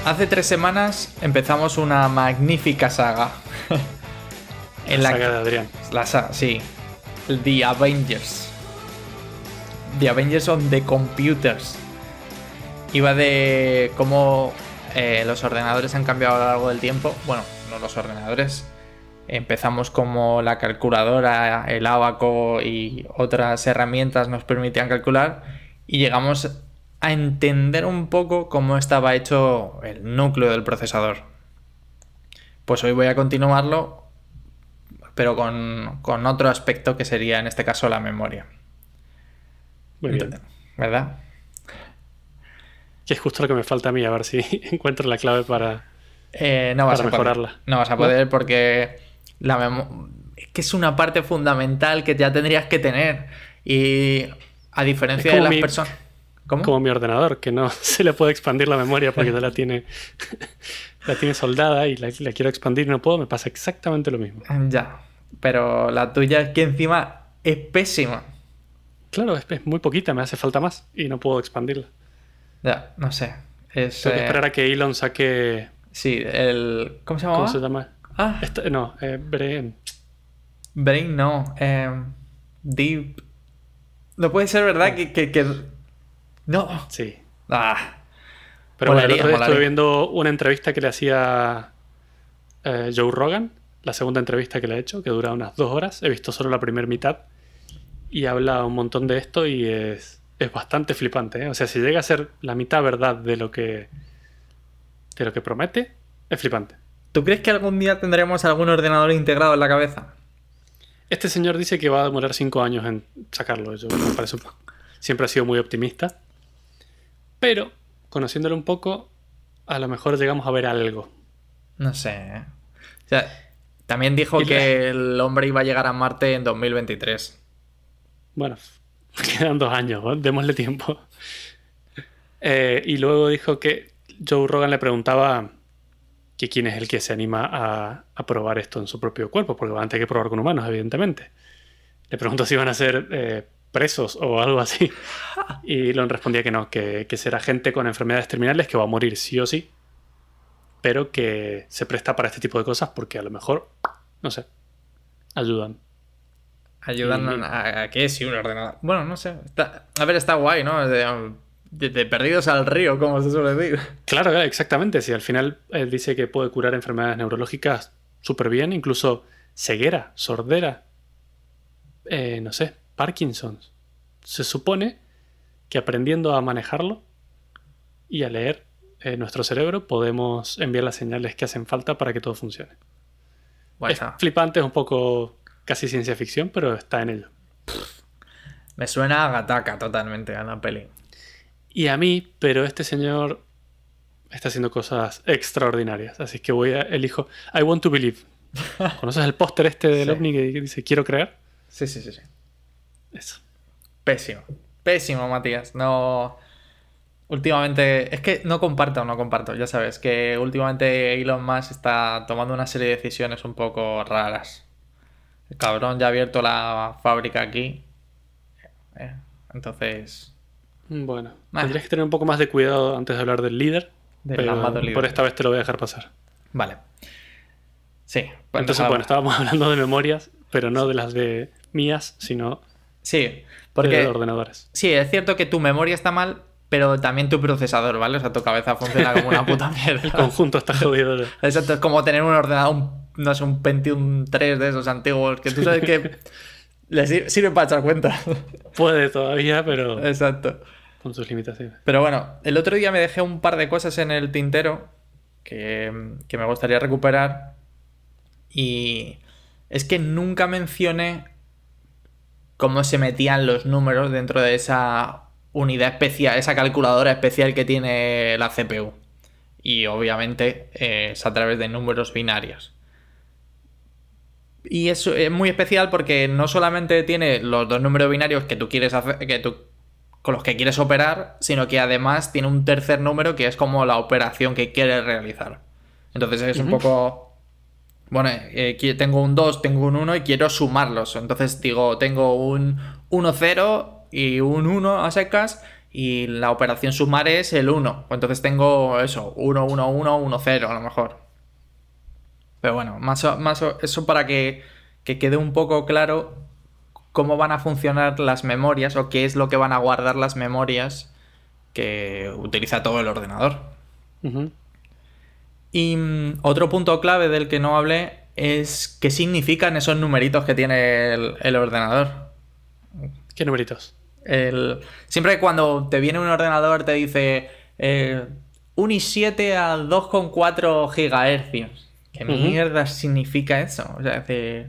Hace 3 semanas empezamos una magnífica saga. La saga de Adrián. La saga, sí. The Avengers. The Avengers on the Computers. Iba de cómo los ordenadores han cambiado a lo largo del tiempo. Bueno, no los ordenadores. Empezamos como la calculadora, el ábaco y otras herramientas nos permitían calcular. Y llegamos a entender un poco cómo estaba hecho el núcleo del procesador. Pues hoy voy a continuarlo, pero con otro aspecto que sería en este caso la memoria. Muy bien. ¿Verdad? Que es justo lo que me falta a mí, a ver si encuentro la clave para mejorarla. No vas a poder porque es que es una parte fundamental que ya tendrías que tener. Y a diferencia de las personas... ¿Cómo? Como mi ordenador, que no se le puede expandir la memoria porque ya la tiene soldada y la quiero expandir y no puedo, me pasa exactamente lo mismo. Ya, pero la tuya es que encima es pésima. Claro, es muy poquita, me hace falta más y no puedo expandirla. Ya, no sé. Tengo que esperar a que Elon saque... Sí, ¿cómo se llama? ¿Cómo se llama? Brain no. Deep... No puede ser, ¿verdad? Que... No. Sí. Pero bueno, el otro día estuve viendo una entrevista que le hacía Joe Rogan, la segunda entrevista que le ha hecho, que dura unas 2 horas. He visto solo la primera mitad y habla un montón de esto y es bastante flipante, ¿eh? O sea, si llega a ser la mitad verdad de lo que promete, es flipante. ¿Tú crees que algún día tendremos algún ordenador integrado en la cabeza? Este señor dice que va a demorar 5 años en sacarlo. Eso me parece siempre ha sido muy optimista. Pero, conociéndolo un poco, a lo mejor llegamos a ver algo. No sé, ¿eh? O sea, también dijo que el hombre iba a llegar a Marte en 2023. Bueno, quedan 2 años, ¿no? Démosle tiempo. Y luego dijo que Joe Rogan le preguntaba que quién es el que se anima a probar esto en su propio cuerpo, porque van a tener que probar con humanos, evidentemente. Le preguntó si iban a ser presos o algo así. Y Elon respondía que no, que será gente con enfermedades terminales que va a morir sí o sí, pero que se presta para este tipo de cosas porque a lo mejor, no sé, ayudan. ¿Ayudan a qué? Si un ordenador... Bueno, no sé. Está guay, ¿no? De perdidos al río, como se suele decir. Claro, exactamente. Si al final él dice que puede curar enfermedades neurológicas súper bien, incluso ceguera, sordera, no sé, Parkinson's. Se supone que aprendiendo a manejarlo y a leer nuestro cerebro podemos enviar las señales que hacen falta para que todo funcione. Bueno. Es flipante, es un poco casi ciencia ficción, pero está en ello. Me suena a Gattaca totalmente a la peli. Y a mí, pero este señor está haciendo cosas extraordinarias, así que elijo I want to believe. ¿Conoces el póster del ovni que dice quiero creer? Sí. Eso. Pésimo, Matías. No. Últimamente. Es que no comparto. Ya sabes, que últimamente Elon Musk está tomando una serie de decisiones un poco raras. El cabrón ya ha abierto la fábrica aquí. Entonces. Bueno, tendrías que tener un poco más de cuidado antes de hablar del líder. Pero por esta vez te lo voy a dejar pasar. Vale. Sí. Entonces, estábamos hablando de memorias, pero no de las de mías, sino... Sí, porque... de ordenadores. Sí, es cierto que tu memoria está mal, pero también tu procesador, ¿vale? O sea, tu cabeza funciona como una puta mierda. El conjunto está jodido. Exacto, es como tener un ordenador, un Pentium 3 de esos antiguos, que tú sabes que le sirve para echar cuenta. Puede todavía, pero... Exacto. Con sus limitaciones. Pero bueno, el otro día me dejé un par de cosas en el tintero que me gustaría recuperar. Y es que nunca mencioné cómo se metían los números dentro de esa unidad especial, esa calculadora especial que tiene la CPU. Y obviamente es a través de números binarios. Y eso es muy especial porque no solamente tiene los 2 números binarios que tú quieres hacer, con los que quieres operar, sino que además tiene un tercer número que es como la operación que quieres realizar. Entonces es un poco... Bueno, tengo un 2, tengo un 1 y quiero sumarlos. Entonces digo, tengo un 1, 0 y un 1 a secas y la operación sumar es el 1. Pues entonces tengo eso, 1, 1, 1, 1, 0 a lo mejor. Pero bueno, eso para que quede un poco claro cómo van a funcionar las memorias o qué es lo que van a guardar las memorias que utiliza todo el ordenador. Ujú. Y otro punto clave del que no hablé es qué significan esos numeritos que tiene el ordenador. ¿Qué numeritos? Siempre cuando te viene un ordenador te dice 1 i7 a 2,4 gigahercios. ¿Qué mierda significa eso? O sea,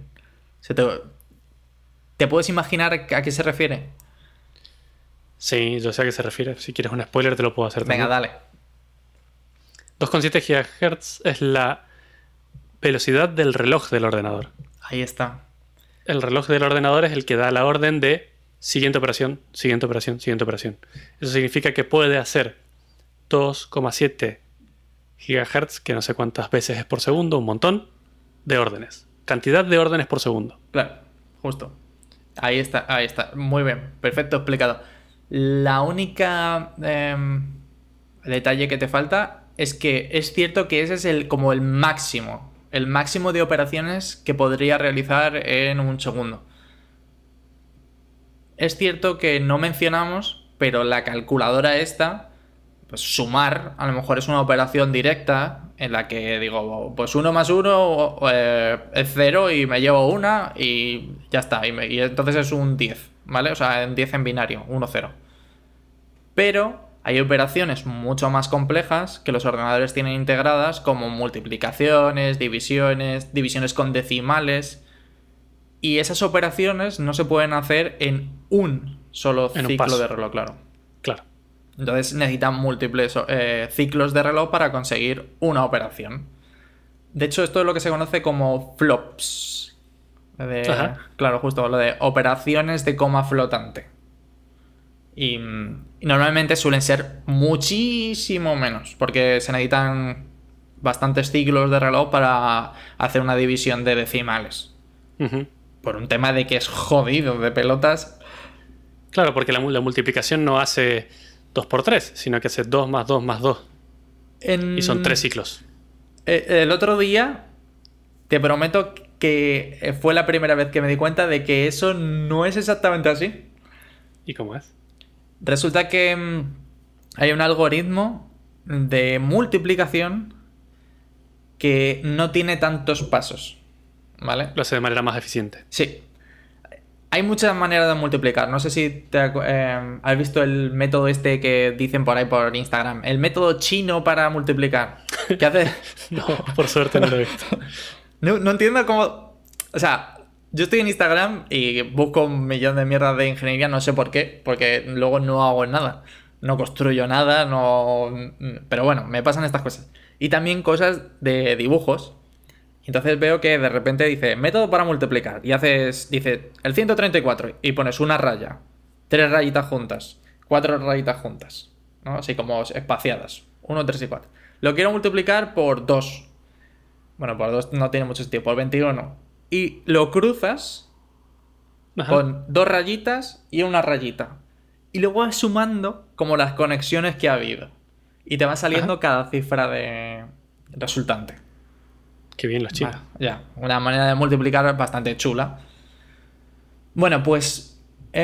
¿te puedes imaginar a qué se refiere? Sí, yo sé a qué se refiere. Si quieres un spoiler te lo puedo hacer Venga, también. dale. 2,7 GHz es la velocidad del reloj del ordenador. Ahí está. El reloj del ordenador es el que da la orden de siguiente operación, siguiente operación, siguiente operación. Eso significa que puede hacer 2,7 GHz, que no sé cuántas veces es por segundo, un montón de órdenes. Cantidad de órdenes por segundo. Claro, justo. Ahí está. Muy bien, perfecto explicado. La única detalle que te falta es que es cierto que ese es como el máximo de operaciones que podría realizar en un segundo. Es cierto que no mencionamos, pero la calculadora esta, pues sumar, a lo mejor es una operación directa en la que digo, pues 1 más 1 es 0 y me llevo una y ya está. Y entonces es un 10, ¿vale? O sea, en 10 en binario, 1, 0. Pero hay operaciones mucho más complejas que los ordenadores tienen integradas, como multiplicaciones, divisiones con decimales. Y esas operaciones no se pueden hacer en un solo ciclo de reloj, claro. Claro. Entonces necesitan múltiples ciclos de reloj para conseguir una operación. De hecho, esto es lo que se conoce como flops. Claro, justo lo de operaciones de coma flotante. Y normalmente suelen ser muchísimo menos, porque se necesitan bastantes ciclos de reloj para hacer una división de decimales. Uh-huh. Por un tema de que es jodido de pelotas. Claro, porque la multiplicación no hace 2 por 3, sino que hace 2 más 2 más 2. Y son 3 ciclos. El otro día, te prometo que fue la primera vez que me di cuenta de que eso no es exactamente así. ¿Y cómo es? Resulta que hay un algoritmo de multiplicación que no tiene tantos pasos, ¿vale? Lo hace de manera más eficiente. Sí. Hay muchas maneras de multiplicar. No sé si has visto el método este que dicen por ahí por Instagram. El método chino para multiplicar. ¿Qué hace? No, por suerte no lo he visto. No entiendo cómo... O sea... Yo estoy en Instagram y busco un millón de mierdas de ingeniería, no sé por qué, porque luego no hago nada. No construyo nada, no... Pero bueno, me pasan estas cosas. Y también cosas de dibujos. Entonces veo que de repente dice, método para multiplicar. Y dice, el 134. Y pones una raya, 3 rayitas juntas, 4 rayitas juntas, ¿no? Así como espaciadas. 1, 3 y 4. Lo quiero multiplicar por 2. Bueno, por 2 no tiene mucho sentido, por 21. Y lo cruzas con 2 rayitas y una rayita. Y luego vas sumando como las conexiones que ha habido. Y te va saliendo cada cifra de resultante. Qué bien los chinos. Ya, una manera de multiplicar bastante chula. Bueno, pues...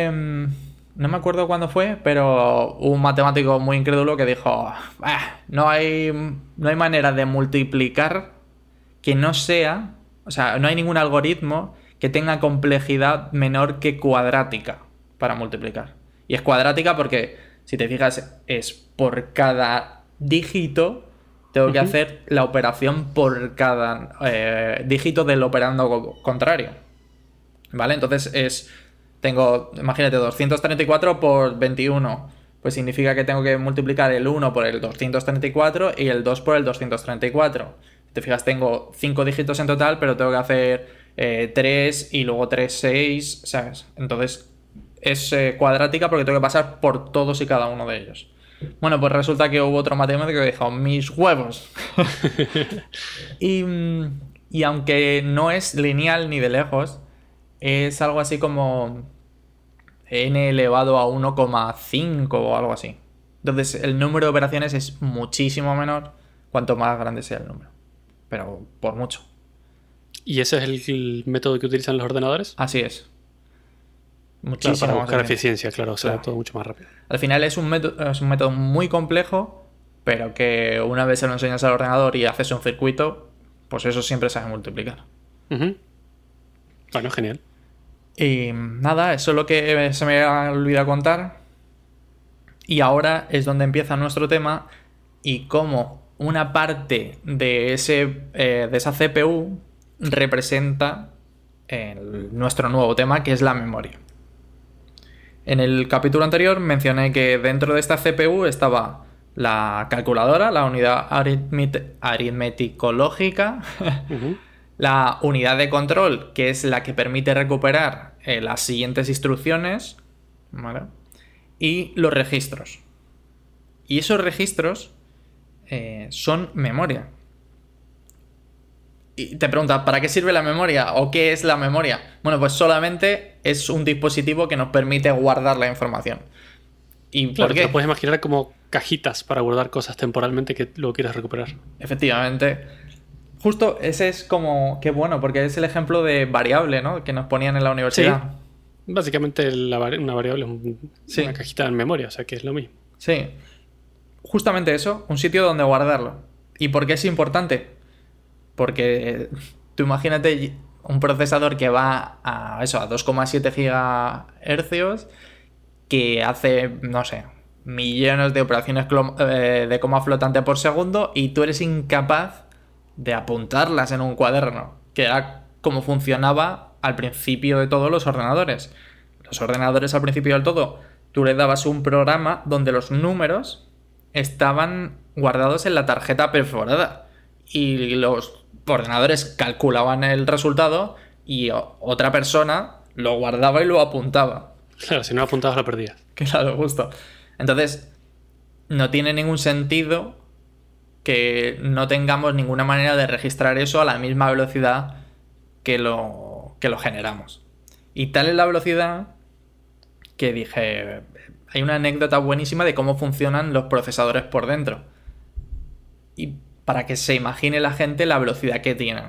no me acuerdo cuándo fue, pero hubo un matemático muy incrédulo que dijo... no hay manera de multiplicar que no sea... O sea, no hay ningún algoritmo que tenga complejidad menor que cuadrática para multiplicar. Y es cuadrática porque, si te fijas, es por cada dígito tengo que hacer la operación por cada dígito del operando contrario. ¿Vale? Entonces tengo, imagínate, 234 por 21. Pues significa que tengo que multiplicar el 1 por el 234 y el 2 por el 234. Te fijas, tengo 5 dígitos en total, pero tengo que hacer 3 y luego 3, 6, ¿sabes? Entonces es cuadrática porque tengo que pasar por todos y cada uno de ellos. Bueno, pues resulta que hubo otro matemático que dijo, mis huevos. y aunque no es lineal ni de lejos, es algo así como... n elevado a 1,5 o algo así. Entonces el número de operaciones es muchísimo menor cuanto más grande sea el número. Pero por mucho. ¿Y ese es el método que utilizan los ordenadores? Así es. Claro, Muchísimo para más buscar eficiente. eficiencia, claro, o sea, Claro. todo mucho más rápido. Al final es un método muy complejo, pero que una vez se lo enseñas al ordenador y haces un circuito, pues eso siempre sabe multiplicar. Ujú. Bueno, genial. Y nada, eso es lo que se me ha olvidado contar. Y ahora es donde empieza nuestro tema y cómo una parte de esa CPU representa nuestro nuevo tema, que es la memoria. En el capítulo anterior mencioné que dentro de esta CPU estaba la calculadora, la unidad aritmético-lógica, Ujú. la unidad de control, que es la que permite recuperar las siguientes instrucciones, ¿vale? Y los registros. Y esos registros son memoria. Y te preguntas, ¿para qué sirve la memoria? ¿O qué es la memoria? Bueno, pues solamente es un dispositivo que nos permite guardar la información. ¿Y Claro, por te qué? lo puedes imaginar como cajitas para guardar cosas temporalmente que luego quieras recuperar. Efectivamente. Justo ese es como... Qué bueno, porque es el ejemplo de variable, ¿no? Que nos ponían en la universidad. Básicamente una variable es Sí. una cajita en memoria, o sea que es lo mismo. Sí. Justamente eso, un sitio donde guardarlo. ¿Y por qué es importante? Porque tú imagínate un procesador que va a 2,7 GHz, que hace, no sé, millones de operaciones de coma flotante por segundo y tú eres incapaz de apuntarlas en un cuaderno, que era como funcionaba al principio de todos los ordenadores. Los ordenadores al principio del todo, tú le dabas un programa donde los números estaban guardados en la tarjeta perforada y los ordenadores calculaban el resultado y otra persona lo guardaba y lo apuntaba. Claro, si no apuntabas lo perdías. Claro, justo. Entonces, no tiene ningún sentido que no tengamos ninguna manera de registrar eso a la misma velocidad que lo generamos. Y tal es la velocidad que dije, hay una anécdota buenísima de cómo funcionan los procesadores por dentro. Y para que se imagine la gente la velocidad que tienen.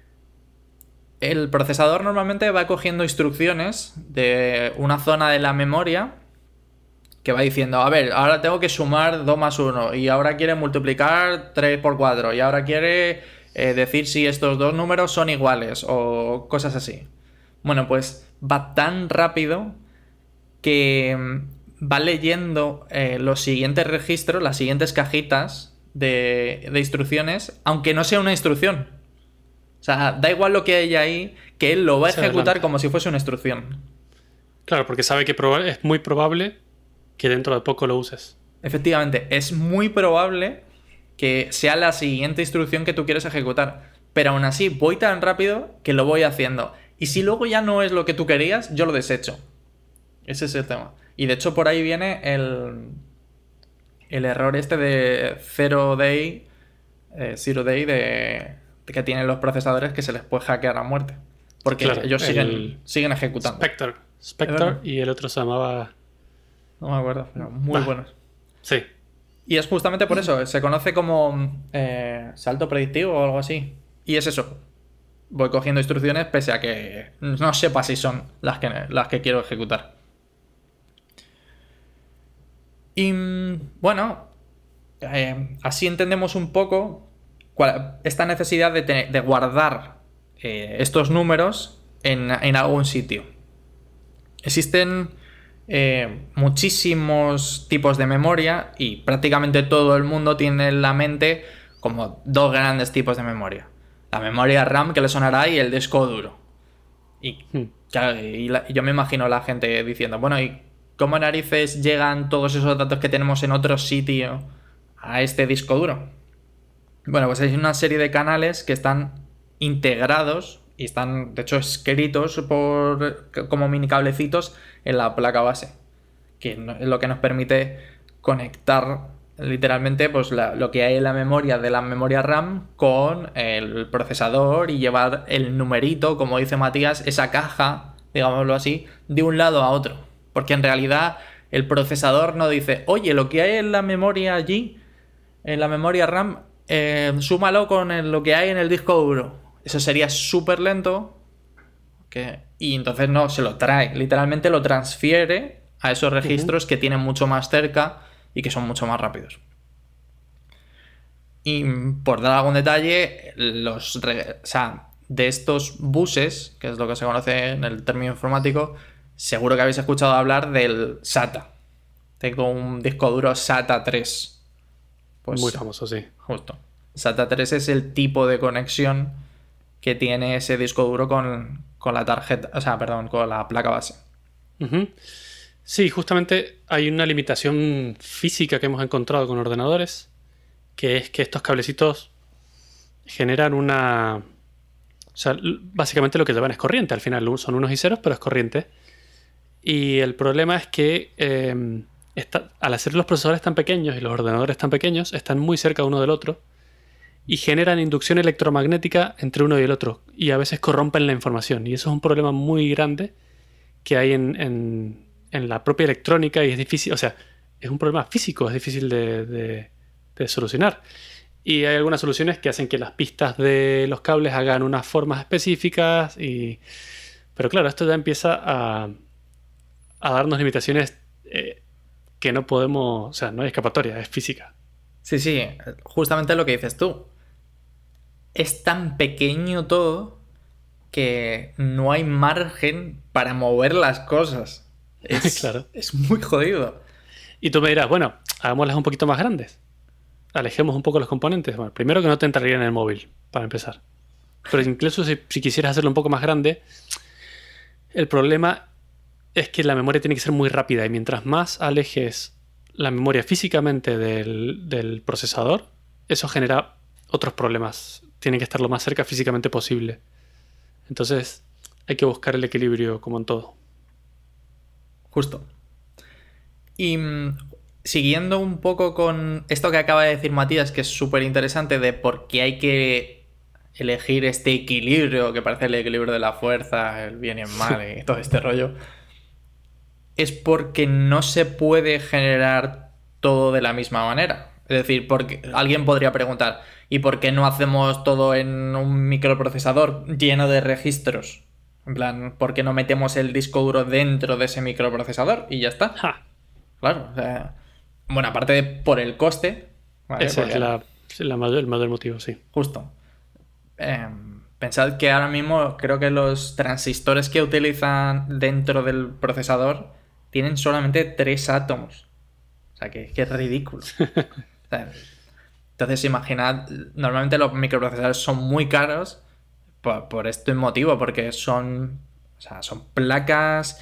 El procesador normalmente va cogiendo instrucciones de una zona de la memoria que va diciendo, a ver, ahora tengo que sumar 2 más 1 y ahora quiere multiplicar 3 por 4 y ahora quiere decir si estos dos números son iguales o cosas así. Bueno, pues va tan rápido que va leyendo los siguientes registros, las siguientes cajitas de instrucciones, aunque no sea una instrucción. O sea, da igual lo que haya ahí, que él lo va a Se ejecutar adelanta. como si fuese una instrucción. Claro, porque sabe que es muy probable que dentro de poco lo uses. Efectivamente, es muy probable que sea la siguiente instrucción que tú quieres ejecutar. Pero aún así, voy tan rápido que lo voy haciendo. Y si luego ya no es lo que tú querías, yo lo desecho. Ese es el tema. Y de hecho por ahí viene el error este de zero day de que tienen los procesadores, que se les puede hackear a muerte. Porque Claro, ellos siguen ejecutando. Spectre. Es Spectre verdad. y el otro se llamaba... No me acuerdo, pero muy Bah. buenos. Sí, Y es justamente por eso, se conoce como salto predictivo o algo así. Y es eso. Voy cogiendo instrucciones pese a que no sepa si son las que quiero ejecutar. Y bueno, así entendemos un poco esta necesidad de guardar estos números en algún sitio. Existen muchísimos tipos de memoria y prácticamente todo el mundo tiene en la mente como dos grandes tipos de memoria. La memoria RAM, que le sonará, y el disco duro. Y, claro, y yo me imagino a la gente diciendo, bueno, ¿y cómo narices llegan todos esos datos que tenemos en otro sitio a este disco duro? Bueno, pues hay una serie de canales que están integrados y están, de hecho, escritos como mini cablecitos en la placa base, que es lo que nos permite conectar literalmente pues lo que hay en la memoria de la memoria RAM con el procesador y llevar el numerito, como dice Matías, esa caja, digámoslo así, de un lado a otro. Porque en realidad el procesador no dice, oye, lo que hay en la memoria allí, en la memoria RAM, súmalo con lo que hay en el disco duro. Eso sería súper lento. Y entonces no, se lo trae. Literalmente lo transfiere a esos registros que tienen mucho más cerca y que son mucho más rápidos. Y por dar algún detalle, de estos buses, que es lo que se conoce en el término informático, seguro que habéis escuchado hablar del SATA. Tengo un disco duro SATA 3. Pues, muy famoso, sí. Justo. SATA 3 es el tipo de conexión que tiene ese disco duro con la tarjeta, con la placa base. Uh-huh. Sí, justamente hay una limitación física que hemos encontrado con ordenadores, que es que estos cablecitos generan una... O sea, básicamente lo que llevan es corriente. Al final son unos y ceros, pero es corriente. Y el problema es que al hacer los procesadores tan pequeños y los ordenadores tan pequeños, están muy cerca uno del otro y generan inducción electromagnética entre uno y el otro. Y a veces corrompen la información. Y eso es un problema muy grande que hay en la propia electrónica y es difícil... O sea, es un problema físico, es difícil de solucionar. Y hay algunas soluciones que hacen que las pistas de los cables hagan unas formas específicas. Pero claro, esto ya empieza a darnos limitaciones que no podemos... O sea, no hay escapatoria, es física. Sí, justamente lo que dices tú. Es tan pequeño todo que no hay margen para mover las cosas. Claro. Es muy jodido. Y tú me dirás, bueno, hagámoslas un poquito más grandes. Alejemos un poco los componentes. Bueno, primero que no te entraría en el móvil, para empezar. Pero incluso si quisieras hacerlo un poco más grande, el problema es que la memoria tiene que ser muy rápida y mientras más alejes la memoria físicamente del procesador, eso genera otros problemas. Tiene que estar lo más cerca físicamente posible. Entonces hay que buscar el equilibrio como en todo. Justo. Y siguiendo un poco con esto que acaba de decir Matías, que es súper interesante de por qué hay que elegir este equilibrio, que parece el equilibrio de la fuerza, el bien y el mal y todo este rollo, es porque no se puede generar todo de la misma manera. Es decir, porque alguien podría preguntar, ¿y por qué no hacemos todo en un microprocesador lleno de registros? En plan, ¿por qué no metemos el disco duro dentro de ese microprocesador y ya está? ¡Ja! Claro, o sea, bueno, aparte de por el coste, ¿vale? Ese es el mayor motivo, sí. Justo. Pensad que ahora mismo creo que los transistores que utilizan dentro del procesador tienen solamente 3 átomos. O sea, que es ridículo. O sea, entonces, imaginad, normalmente los microprocesadores son muy caros por este motivo, porque son placas,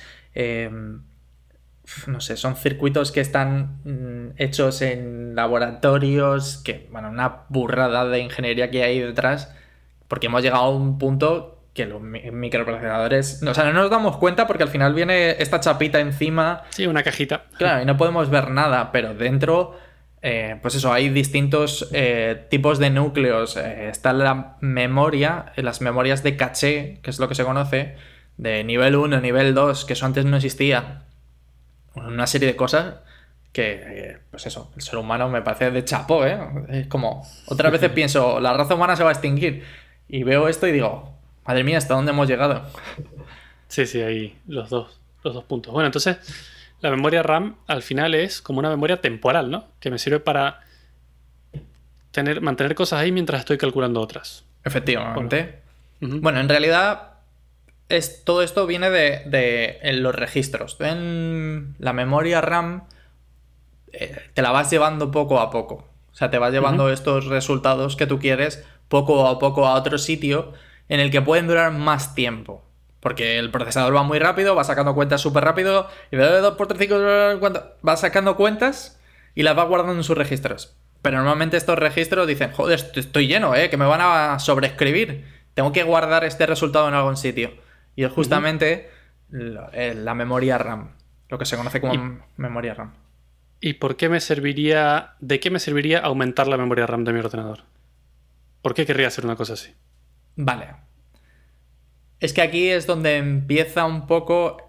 no sé, son circuitos que están hechos en laboratorios, que, bueno, una burrada de ingeniería que hay detrás, porque hemos llegado a un punto que los microprocesadores... O sea, no nos damos cuenta porque al final viene esta chapita encima. Sí, una cajita. Claro, y no podemos ver nada, pero dentro, pues eso, hay distintos tipos de núcleos. Está la memoria, las memorias de caché, que es lo que se conoce, de nivel 1, nivel 2, que eso antes no existía. Una serie de cosas que, pues eso, el ser humano me parece de chapo, ¿eh? Es como, otras veces pienso, la raza humana se va a extinguir. Y veo esto y digo, madre mía, ¿hasta dónde hemos llegado? Sí, ahí los dos puntos. Bueno, entonces, la memoria RAM al final es como una memoria temporal, ¿no? Que me sirve para mantener cosas ahí mientras estoy calculando otras. Efectivamente. Bueno, en realidad... todo esto viene de los registros. En la memoria RAM te la vas llevando poco a poco. O sea, te vas llevando estos resultados que tú quieres poco a poco a otro sitio en el que pueden durar más tiempo. Porque el procesador va muy rápido, va sacando cuentas súper rápido, y de 2 por 3, 5, va sacando cuentas y las va guardando en sus registros. Pero normalmente estos registros dicen, joder, estoy lleno, que me van a sobreescribir. Tengo que guardar este resultado en algún sitio. Y es justamente la memoria RAM, lo que se conoce como memoria RAM. ¿Y de qué me serviría aumentar la memoria RAM de mi ordenador? ¿Por qué querría hacer una cosa así? Vale. Es que aquí es donde empieza un poco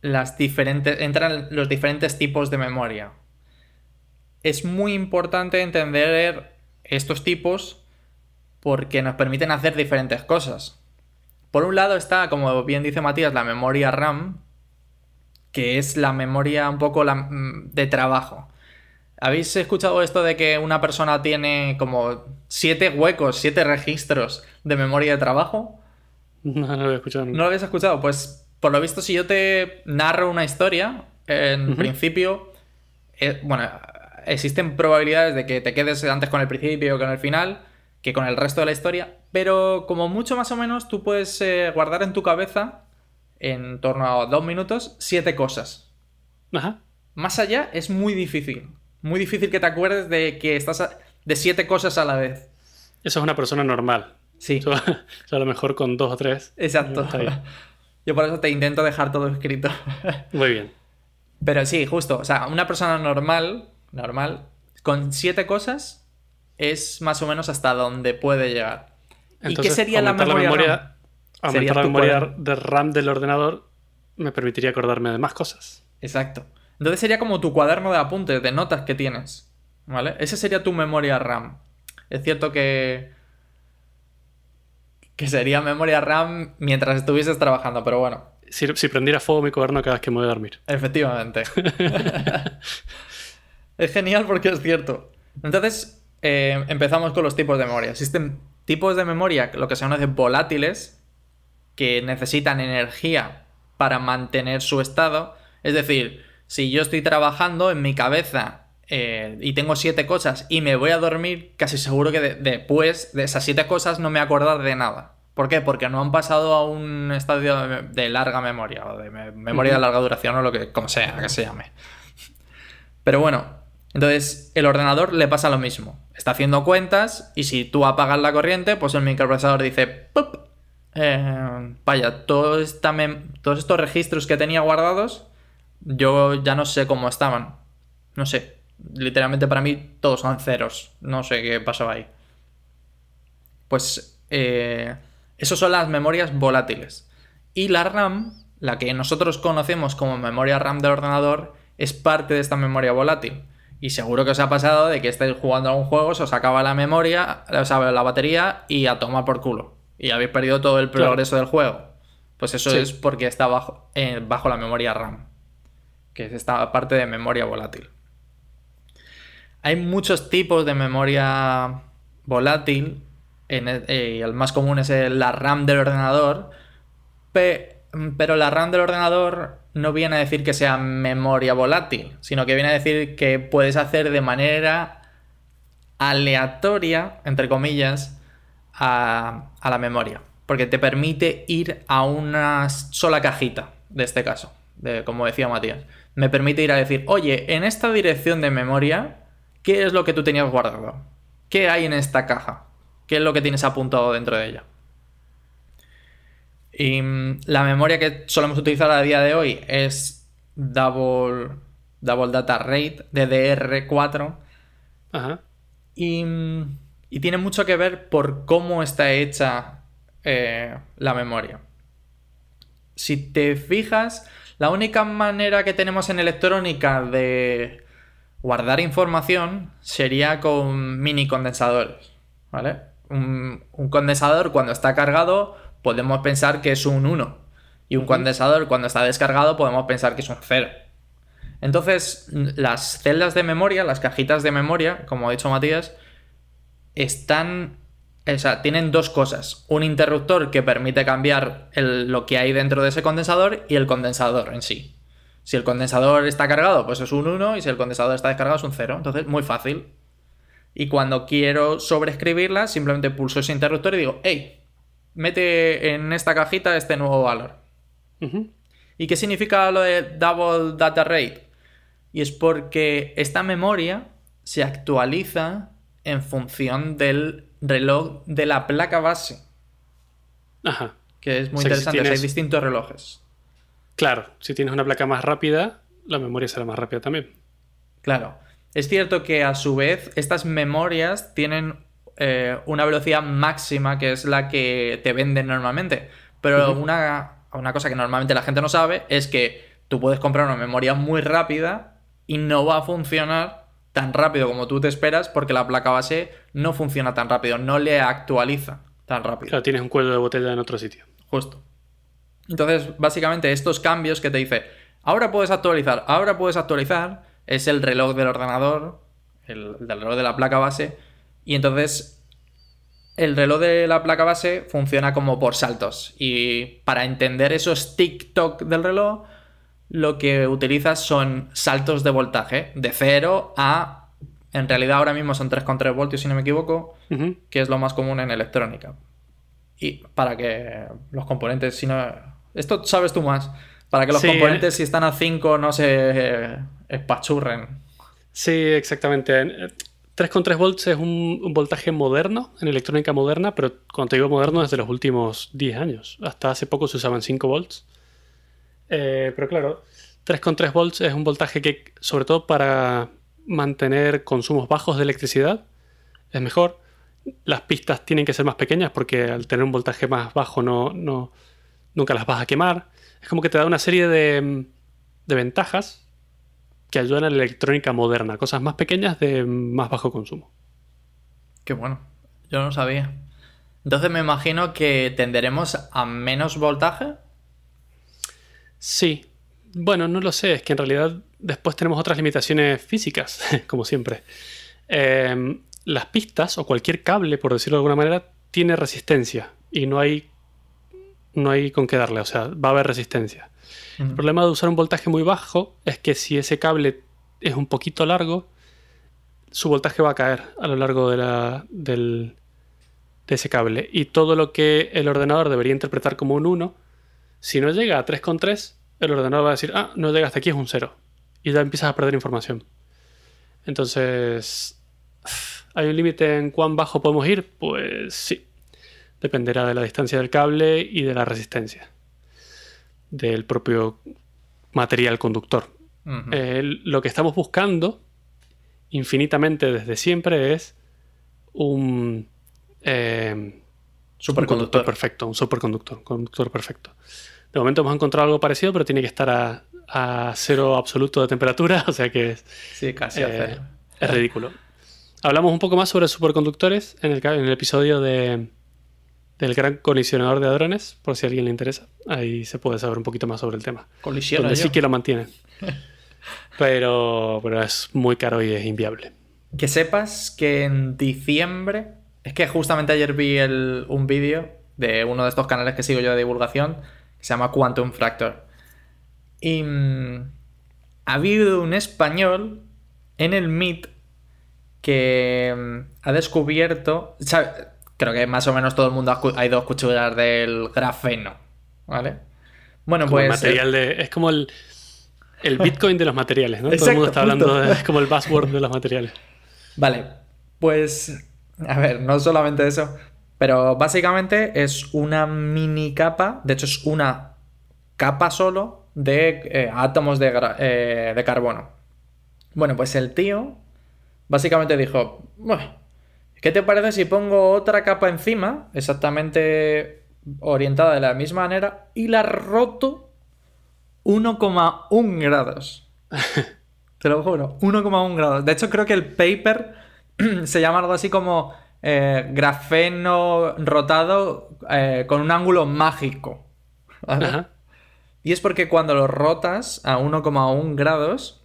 entran los diferentes tipos de memoria. Es muy importante entender estos tipos porque nos permiten hacer diferentes cosas. Por un lado está, como bien dice Matías, la memoria RAM, que es la memoria un poco de trabajo. ¿Habéis escuchado esto de que una persona tiene como 7 huecos, 7 registros de memoria de trabajo? No, no lo he escuchado nunca. ¿No lo habéis escuchado? Pues por lo visto, si yo te narro una historia, en principio, bueno, existen probabilidades de que te quedes antes con el principio que con el final, que con el resto de la historia, pero como mucho más o menos tú puedes guardar en tu cabeza, en torno a 2 minutos, 7 cosas. Ajá. Más allá es muy difícil. Muy difícil que te acuerdes de que estás de 7 cosas a la vez. Eso es una persona normal. Sí. Yo a lo mejor con 2 o 3. Exacto. Está bien. Yo por eso te intento dejar todo escrito. Muy bien. Pero sí, justo. O sea, una persona normal, con 7 cosas es más o menos hasta donde puede llegar. Entonces, ¿y qué sería la memoria RAM? Aumentar la memoria de RAM del ordenador me permitiría acordarme de más cosas. Exacto. Entonces sería como tu cuaderno de apuntes, de notas que tienes. ¿Vale? Esa sería tu memoria RAM. Es cierto que sería memoria RAM mientras estuvieses trabajando, pero bueno. Si prendiera fuego mi cuaderno cada vez que me voy a dormir. Efectivamente. Es genial porque es cierto. Entonces, empezamos con los tipos de memoria. Existen tipos de memoria, lo que se llaman volátiles, que necesitan energía para mantener su estado. Es decir, si yo estoy trabajando en mi cabeza y tengo 7 cosas y me voy a dormir, casi seguro que después de esas 7 cosas no me voy a acordar de nada. ¿Por qué? Porque no han pasado a un estadio de larga memoria o de memoria de larga duración o como sea que se llame. Pero bueno, entonces el ordenador le pasa lo mismo. Está haciendo cuentas y si tú apagas la corriente, pues el microprocesador dice ¡pup! Vaya, todos estos registros que tenía guardados, yo ya no sé cómo estaban. No sé. Literalmente para mí todos son ceros. No sé qué pasó ahí. Pues esos son las memorias volátiles. Y la RAM, la que nosotros conocemos como memoria RAM del ordenador, es parte de esta memoria volátil. Y seguro que os ha pasado de que estáis jugando a un juego, se os acaba la memoria, la batería y a tomar por culo. Y habéis perdido todo el progreso del juego. Pues eso es porque está bajo la memoria RAM, que es esta parte de memoria volátil. Hay muchos tipos de memoria volátil. El más común es la RAM del ordenador. Pero la RAM del ordenador no viene a decir que sea memoria volátil, sino que viene a decir que puedes hacer de manera aleatoria, entre comillas, a la memoria. Porque te permite ir a una sola cajita, de este caso, como decía Matías. Me permite ir a decir, oye, en esta dirección de memoria, ¿qué es lo que tú tenías guardado? ¿Qué hay en esta caja? ¿Qué es lo que tienes apuntado dentro de ella? Y la memoria que solemos utilizar a día de hoy es Double Data Rate, DDR4. Ajá. Y tiene mucho que ver por cómo está hecha la memoria. Si te fijas, la única manera que tenemos en electrónica de guardar información sería con mini condensadores, ¿vale? Un condensador cuando está cargado podemos pensar que es un 1 y un condensador cuando está descargado podemos pensar que es un 0. Entonces las celdas de memoria, las cajitas de memoria, como ha dicho Matías, tienen dos cosas: un interruptor que permite cambiar lo que hay dentro de ese condensador y el condensador en sí. Si el condensador está cargado, pues es un 1, y si el condensador está descargado es un 0. Entonces, muy fácil. Y cuando quiero sobreescribirla, simplemente pulso ese interruptor y digo, hey, mete en esta cajita este nuevo valor. ¿Y qué significa lo de Double Data Rate? Y es porque esta memoria se actualiza en función del reloj de la placa base. Ajá. Que es muy interesante. Hay distintos relojes. Claro, si tienes una placa más rápida, la memoria será más rápida también. Claro. Es cierto que a su vez estas memorias tienen una velocidad máxima, que es la que te venden normalmente. Pero una cosa que normalmente la gente no sabe es que tú puedes comprar una memoria muy rápida y no va a funcionar tan rápido como tú te esperas porque la placa base no funciona tan rápido, no le actualiza tan rápido. Claro, tienes un cuello de botella en otro sitio. Justo. Entonces, básicamente, estos cambios que te dice, ahora puedes actualizar, es el reloj del ordenador, el reloj de la placa base, y entonces el reloj de la placa base funciona como por saltos. Y para entender esos tic-toc del reloj, lo que utilizas son saltos de voltaje, de 0 a... En realidad ahora mismo son 3,3 voltios, si no me equivoco, que es lo más común en electrónica. Y para que los componentes, si no... Esto sabes tú más. Para que los componentes, si están a 5, no se espachurren. Sí, exactamente. 3,3 volts es un voltaje moderno, en electrónica moderna, pero cuando te digo moderno es de los últimos 10 años. Hasta hace poco se usaban 5 volts. Pero claro, 3,3 volts es un voltaje que, sobre todo para mantener consumos bajos de electricidad, es mejor. Las pistas tienen que ser más pequeñas porque al tener un voltaje más bajo nunca las vas a quemar. Es como que te da una serie de ventajas que ayudan a la electrónica moderna. Cosas más pequeñas de más bajo consumo. Qué bueno. Yo no sabía. Entonces me imagino que tenderemos a menos voltaje. Sí. Bueno, no lo sé. Es que en realidad después tenemos otras limitaciones físicas, como siempre. Las pistas o cualquier cable, por decirlo de alguna manera, tiene resistencia y no hay con qué darle, o sea, va a haber resistencia. El problema de usar un voltaje muy bajo es que si ese cable es un poquito largo, su voltaje va a caer a lo largo de ese cable. Y todo lo que el ordenador debería interpretar como un 1, si no llega a 3,3, el ordenador va a decir, no llega hasta aquí, es un 0. Y ya empiezas a perder información. Entonces, ¿hay un límite en cuán bajo podemos ir? Pues sí. Dependerá de la distancia del cable y de la resistencia del propio material conductor. Lo que estamos buscando infinitamente desde siempre es un superconductor perfecto, un conductor perfecto. De momento hemos encontrado algo parecido, pero tiene que estar a 0 absoluto de temperatura, o sea que sí, casi a 0. Es ridículo. Hablamos un poco más sobre superconductores en el episodio del Gran Colisionador de Hadrones, por si a alguien le interesa. Ahí se puede saber un poquito más sobre el tema. Donde sí que lo mantienen. Pero es muy caro y es inviable. Que sepas que en diciembre... Es que justamente ayer vi un vídeo de uno de estos canales que sigo yo de divulgación, que se llama Quantum Fracture. Y ha habido un español en el Meet que ha descubierto... ¿sabes? Creo que más o menos todo el mundo ha ido a escuchar del grafeno, ¿vale? Bueno, como pues... es como el Bitcoin de los materiales, ¿no? Exacto, todo el mundo está hablando es como el buzzword de los materiales. Vale, pues... A ver, no solamente eso, pero básicamente es una mini capa, de hecho es una capa solo de átomos de carbono. Bueno, pues el tío básicamente dijo... Bueno, ¿qué te parece si pongo otra capa encima, exactamente orientada de la misma manera, y la roto 1,1 grados? Te lo juro, 1,1 grados. De hecho, creo que el paper se llama algo así como grafeno rotado con un ángulo mágico. ¿Vale? Ajá. Y es porque cuando lo rotas a 1,1 grados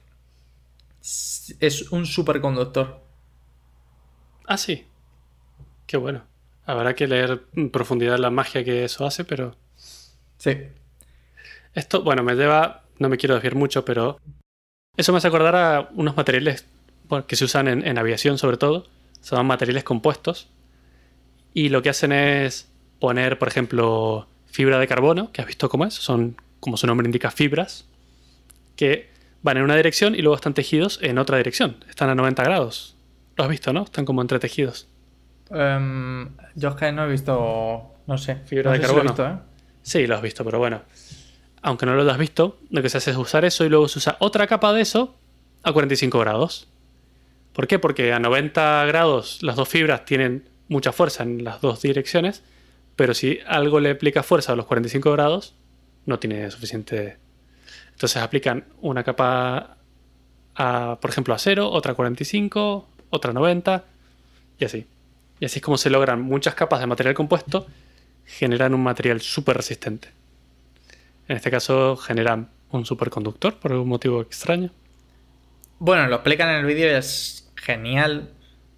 es un superconductor. Ah, sí. Qué bueno. Habrá que leer en profundidad la magia que eso hace, pero... Sí. Esto, bueno, no me quiero desviar mucho, pero eso me hace acordar a unos materiales que se usan en aviación sobre todo. Son materiales compuestos. Y lo que hacen es poner, por ejemplo, fibra de carbono, que has visto cómo es. Son, como su nombre indica, fibras que van en una dirección y luego están tejidos en otra dirección. Están a 90 grados. Lo has visto, ¿no? Están como entretejidos. Yo es que no he visto, no sé, fibra de carbono. Si lo he visto, Sí, lo has visto, pero bueno. Aunque no lo hayas visto, lo que se hace es usar eso y luego se usa otra capa de eso a 45 grados. ¿Por qué? Porque a 90 grados las dos fibras tienen mucha fuerza en las dos direcciones, pero si algo le aplica fuerza a los 45 grados, no tiene suficiente Entonces aplican una capa, por ejemplo, a 0, otra a 45, otra a 90 y así. Y así es como se logran muchas capas de material compuesto, generan un material súper resistente. En este caso generan un superconductor por algún motivo extraño. Bueno, lo explican en el vídeo y es genial.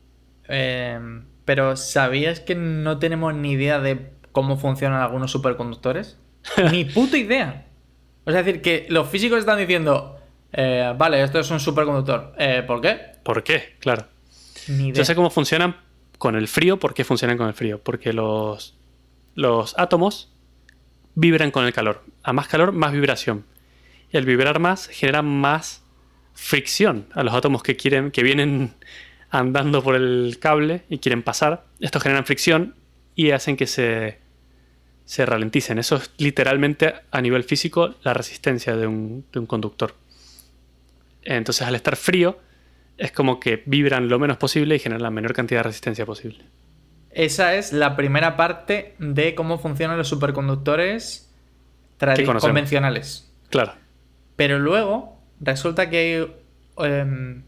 Pero ¿sabías que no tenemos ni idea de cómo funcionan algunos superconductores? Ni puta idea. Es decir, que los físicos están diciendo, vale, esto es un superconductor. ¿Por qué? ¿Por qué? Claro. Ni idea. Yo sé cómo funcionan con el frío. ¿Por qué funcionan con el frío? Porque los átomos vibran con el calor. A más calor, más vibración. Y al vibrar más, genera más fricción a los átomos que vienen andando por el cable y quieren pasar. Estos generan fricción y hacen que se ralenticen. Eso es literalmente, a nivel físico, la resistencia de un conductor. Entonces, al estar frío, es como que vibran lo menos posible y generan la menor cantidad de resistencia posible. Esa es la primera parte de cómo funcionan los superconductores convencionales. Claro. Pero luego resulta que hay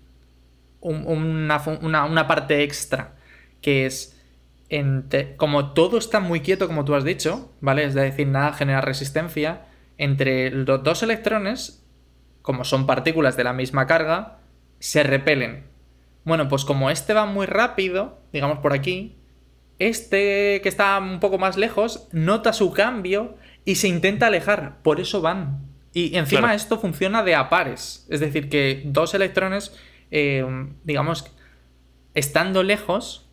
una parte extra, que es, como todo está muy quieto, como tú has dicho, ¿vale? Es decir, nada genera resistencia, entre los dos electrones, como son partículas de la misma carga, se repelen. Bueno, pues como este va muy rápido, digamos por aquí, este que está un poco más lejos nota su cambio y se intenta alejar, por eso van. Y encima claro, esto funciona de a pares, es decir, que dos electrones, digamos, estando lejos,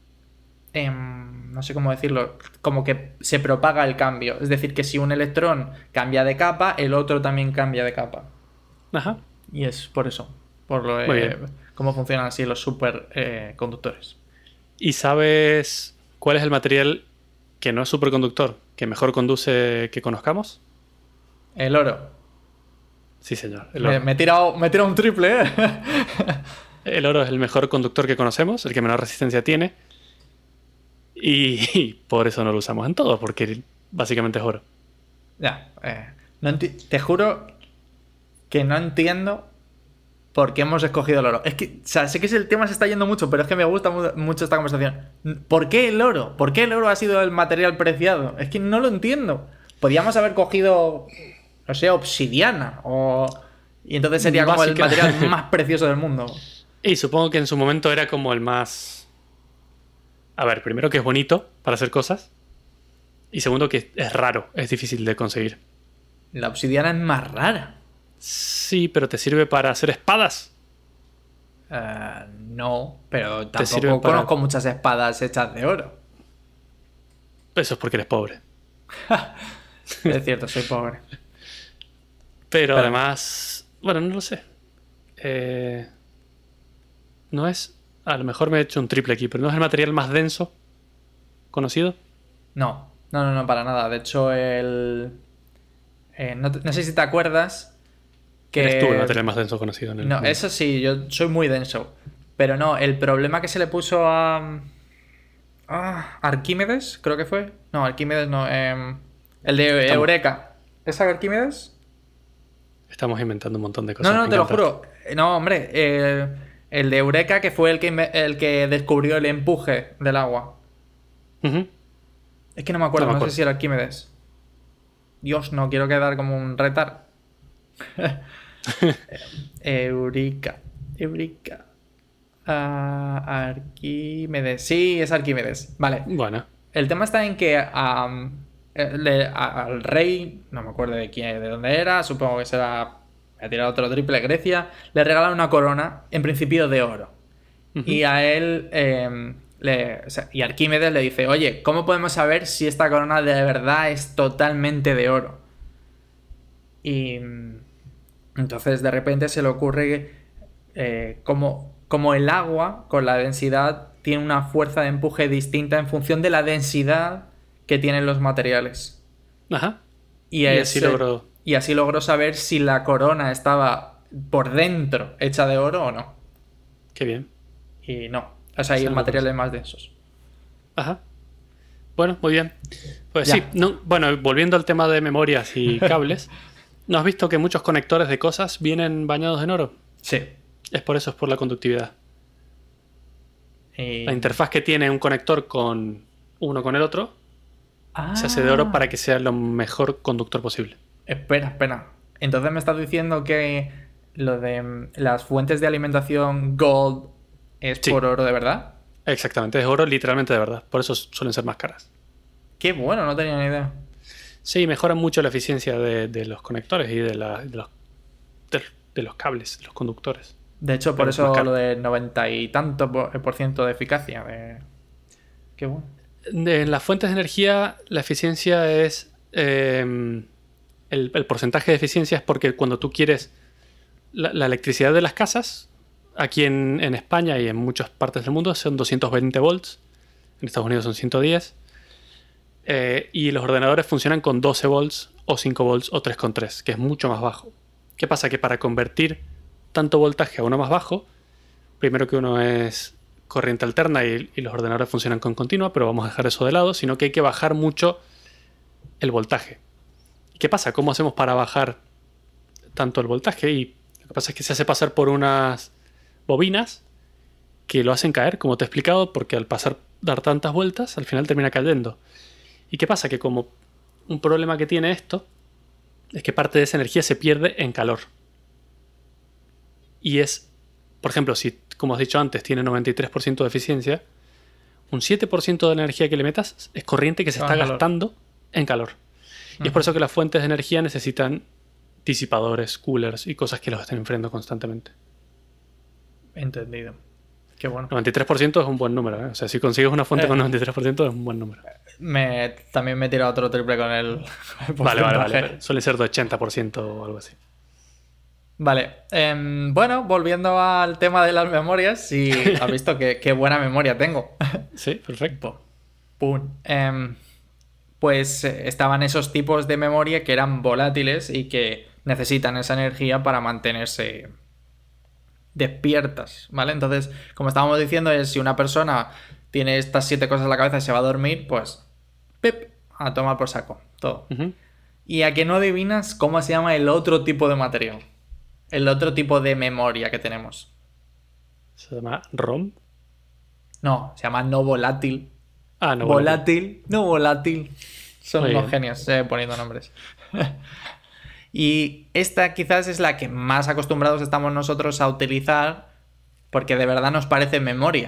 no sé cómo decirlo, como que se propaga el cambio. Es decir, que si un electrón cambia de capa, el otro también cambia de capa. Ajá. Y es por eso, por lo cómo funcionan así los superconductores. ¿Y sabes cuál es el material que no es superconductor, que mejor conduce que conozcamos? El oro. Sí, señor. El oro. Me he tirado un triple, ¿eh? El oro es el mejor conductor que conocemos, el que menor resistencia tiene. Y por eso no lo usamos en todo, porque básicamente es oro. Ya. Te juro que no entiendo por qué hemos escogido el oro. Es que, o sea, sé que el tema se está yendo mucho, pero es que me gusta mucho esta conversación. ¿Por qué el oro? ¿Por qué el oro ha sido el material preciado? Es que no lo entiendo. Podríamos haber cogido, no sé, obsidiana y entonces sería como el material más precioso del mundo. Y supongo que en su momento era como el más... A ver, primero que es bonito para hacer cosas. Y segundo que es raro, es difícil de conseguir. La obsidiana es más rara. Sí, pero te sirve para hacer espadas. No, pero tampoco conozco muchas espadas hechas de oro. Eso es porque eres pobre. Es cierto, soy pobre. Pero además... Bueno, no lo sé. No es... A lo mejor me he hecho un triple aquí, pero ¿no es el material más denso conocido? No, para nada. De hecho, no sé si te acuerdas que... Eres tú el material más denso conocido en el mundo. Eso sí, yo soy muy denso. Pero no, el problema que se le puso a... Arquímedes, creo que fue. No, Arquímedes no. El de Eureka. ¿Es Arquímedes? Estamos inventando un montón de cosas. No, te lo juro. No, hombre. El de Eureka, que fue el que descubrió el empuje del agua. Uh-huh. Es que no me acuerdo, no sé si era Arquímedes. Dios, no quiero quedar como un retar. Eureka. Arquímedes. Sí, es Arquímedes. Vale. Bueno. El tema está en que al rey, no me acuerdo de dónde era, supongo que será... Ha tirado otro triple, Grecia, le regalan una corona, en principio de oro. Uh-huh. Y a él, y Arquímedes le dice, oye, ¿cómo podemos saber si esta corona de verdad es totalmente de oro? Y entonces de repente se le ocurre como el agua, con la densidad, tiene una fuerza de empuje distinta en función de la densidad que tienen los materiales. Ajá. Y así logró... Y así logró saber si la corona estaba por dentro hecha de oro o no. Qué bien. Y no. O sea, hay materiales más densos. Ajá. Bueno, muy bien. Pues ya. Sí. No, bueno, volviendo al tema de memorias y cables. ¿No has visto que muchos conectores de cosas vienen bañados en oro? Sí. Es por la conductividad. Y... La interfaz que tiene un conector con uno con el otro se hace de oro para que sea lo mejor conductor posible. Espera. Entonces me estás diciendo que lo de las fuentes de alimentación Gold es por oro de verdad. Exactamente, es oro literalmente de verdad. Por eso suelen ser más caras. Qué bueno, no tenía ni idea. Sí, mejoran mucho la eficiencia de los conectores y de los cables, de los conductores. De hecho, por eso lo de 90 y tanto por ciento de eficacia. Qué bueno. En las fuentes de energía, la eficiencia es... el porcentaje de eficiencia es porque cuando tú quieres... La electricidad de las casas, aquí en España y en muchas partes del mundo, son 220 volts. En Estados Unidos son 110. Y los ordenadores funcionan con 12 volts o 5 volts o 3,3, que es mucho más bajo. ¿Qué pasa? Que para convertir tanto voltaje a uno más bajo, primero que uno es corriente alterna y los ordenadores funcionan con continua, pero vamos a dejar eso de lado, sino que hay que bajar mucho el voltaje. ¿Qué pasa? ¿Cómo hacemos para bajar tanto el voltaje? Y lo que pasa es que se hace pasar por unas bobinas que lo hacen caer, como te he explicado, porque al dar tantas vueltas, al final termina cayendo. ¿Y qué pasa? Que como un problema que tiene esto es que parte de esa energía se pierde en calor. Y es, por ejemplo, si, como has dicho antes, tiene 93% de eficiencia, un 7% de la energía que le metas es corriente que se está gastando en calor. Y es por eso que las fuentes de energía necesitan disipadores, coolers y cosas que los estén enfriando constantemente. Entendido. Qué bueno. 93% es un buen número, ¿eh? O sea, si consigues una fuente con 93% es un buen número. También me he tirado otro triple con el Vale. Suele ser de 80% o algo así. Vale. Bueno, volviendo al tema de las memorias, sí, has visto qué buena memoria tengo. Sí, perfecto. Pum. Pues estaban esos tipos de memoria que eran volátiles y que necesitan esa energía para mantenerse despiertas, ¿vale? Entonces, como estábamos diciendo, es si una persona tiene estas 7 cosas en la cabeza y se va a dormir, pues ¡pip! A tomar por saco, todo. Y a que no adivinas cómo se llama el otro tipo de material, el otro tipo de memoria que tenemos. ¿Se llama ROM? No, se llama no volátil. No volátil. No volátil. Son unos genios poniendo nombres. Y esta quizás es la que más acostumbrados estamos nosotros a utilizar porque de verdad nos parece memoria.